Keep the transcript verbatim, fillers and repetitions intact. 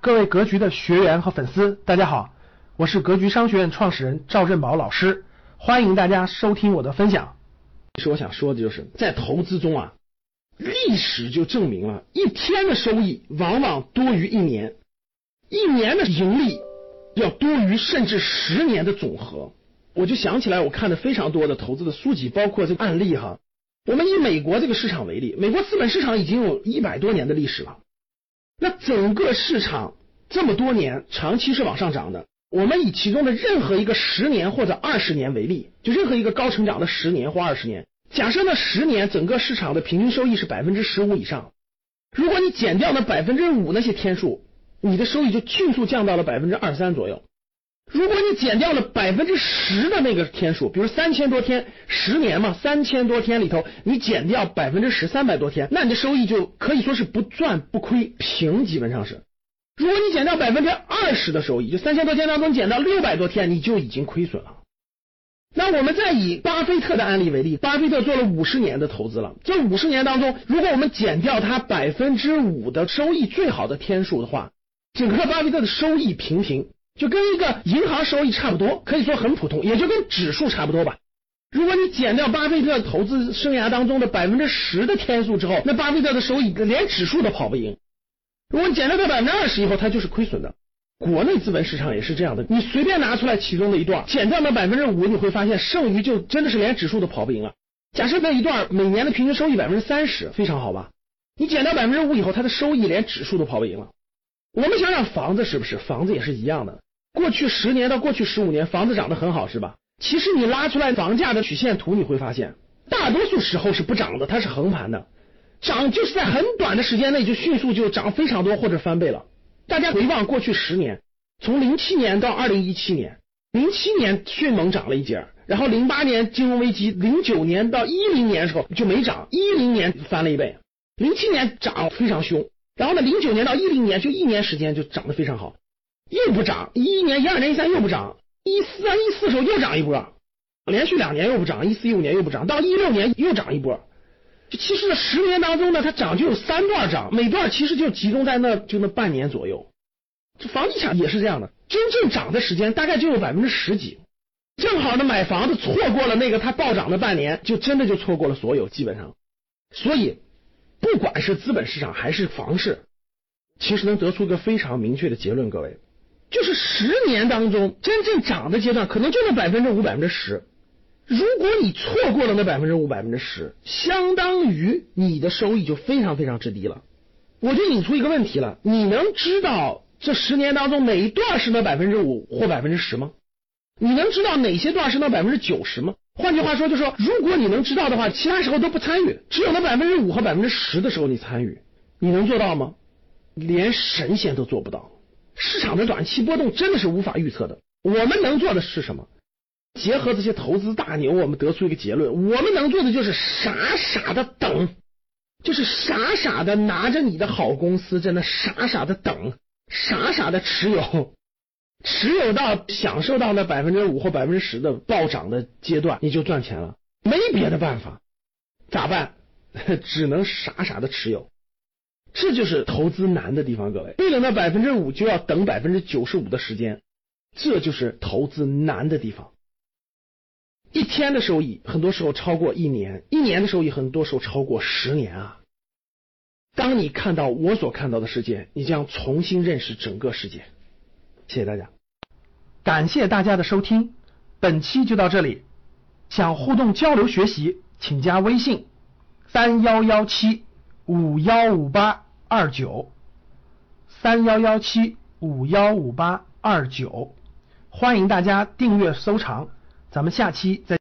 各位格局的学员和粉丝，大家好，我是格局商学院创始人赵振宝老师，欢迎大家收听我的分享。 其实我想说的就是，在投资中啊，历史就证明了，一天的收益往往多于一年，一年的盈利要多于甚至十年的总和。我就想起来，我看的非常多的投资的书籍，包括这个案例哈。我们以美国这个市场为例，美国资本市场已经有一百多年的历史了。那整个市场这么多年长期是往上涨的，我们以其中的任何一个十年或者二十年为例，就任何一个高成长的十年或二十年，假设那十年整个市场的平均收益是百分之十五以上，如果你减掉那百分之五那些天数，你的收益就迅速降到了百分之二三左右。如果你减掉了百分之十的那个天数，比如三千多天，十年嘛，三千多天里头，你减掉百分之十，三百多天，那你的收益就可以说是不赚不亏，平基本上是。如果你减掉百分之二十的收益，就三千多天当中减到六百多天，你就已经亏损了。那我们再以巴菲特的案例为例，巴菲特做了五十年的投资了，这五十年当中，如果我们减掉他百分之五的收益最好的天数的话，整个巴菲特的收益平平。就跟一个银行收益差不多，可以说很普通，也就跟指数差不多吧。如果你减掉巴菲特投资生涯当中的百分之十的天数之后，那巴菲特的收益连指数都跑不赢。如果你减掉到百分之二十以后，它就是亏损的。国内资本市场也是这样的，你随便拿出来其中的一段，减掉那百分之五，你会发现剩余就真的是连指数都跑不赢了。假设那一段每年的平均收益百分之三十，非常好吧？你减掉百分之五以后，它的收益连指数都跑不赢了。我们想想房子是不是？房子也是一样的。过去十年到过去十五年，房子涨得很好，是吧？其实你拉出来房价的曲线图，你会发现，大多数时候是不涨的，它是横盘的，涨就是在很短的时间内就迅速就涨非常多或者翻倍了。大家回望过去十年，从零七年到二零一七年，零七年迅猛涨了一截，然后零八年金融危机，零九年到一零年的时候就没涨，一零年翻了一倍，零七年涨非常凶，然后呢，零九年到一零年就一年时间就涨得非常好。又不涨，一一年、一二年、一三又不涨，一四啊、一四时候又涨一波，连续两年又不涨，一四一五年又不涨，到一六年又涨一波。就其实这十年当中呢，它涨就有三段涨，每段其实就集中在那就那半年左右。这房地产也是这样的，真正涨的时间大概就有百分之十几，正好呢买房子错过了那个它暴涨的半年，就真的就错过了所有基本上。所以不管是资本市场还是房市，其实能得出一个非常明确的结论，各位。就是十年当中真正涨的阶段，可能就那百分之五、百分之十。如果你错过了那百分之五、百分之十，相当于你的收益就非常非常之低了。我就引出一个问题了：你能知道这十年当中哪一段是那百分之五或百分之十吗？你能知道哪些段是那百分之九十吗？换句话说，就是说，如果你能知道的话，其他时候都不参与，只有那百分之五和百分之十的时候你参与，你能做到吗？连神仙都做不到。市场的短期波动真的是无法预测的，我们能做的是什么？结合这些投资大牛，我们得出一个结论，我们能做的就是傻傻的等，就是傻傻的拿着你的好公司，真的傻傻的等，傻傻的持有，持有到享受到那百分之五或百分之十的暴涨的阶段，你就赚钱了，没别的办法，咋办？只能傻傻的持有。这就是投资难的地方，各位，为了那百分之五就要等百分之九十五的时间，这就是投资难的地方。一天的收益很多时候超过一年，一年的收益很多时候超过十年啊！当你看到我所看到的世界，你将重新认识整个世界。谢谢大家， 感谢大家的收听，本期就到这里。想互动交流学习，请加微信三幺幺七五幺五八二九三幺幺七五幺五八二九，欢迎大家订阅收藏，咱们下期再见。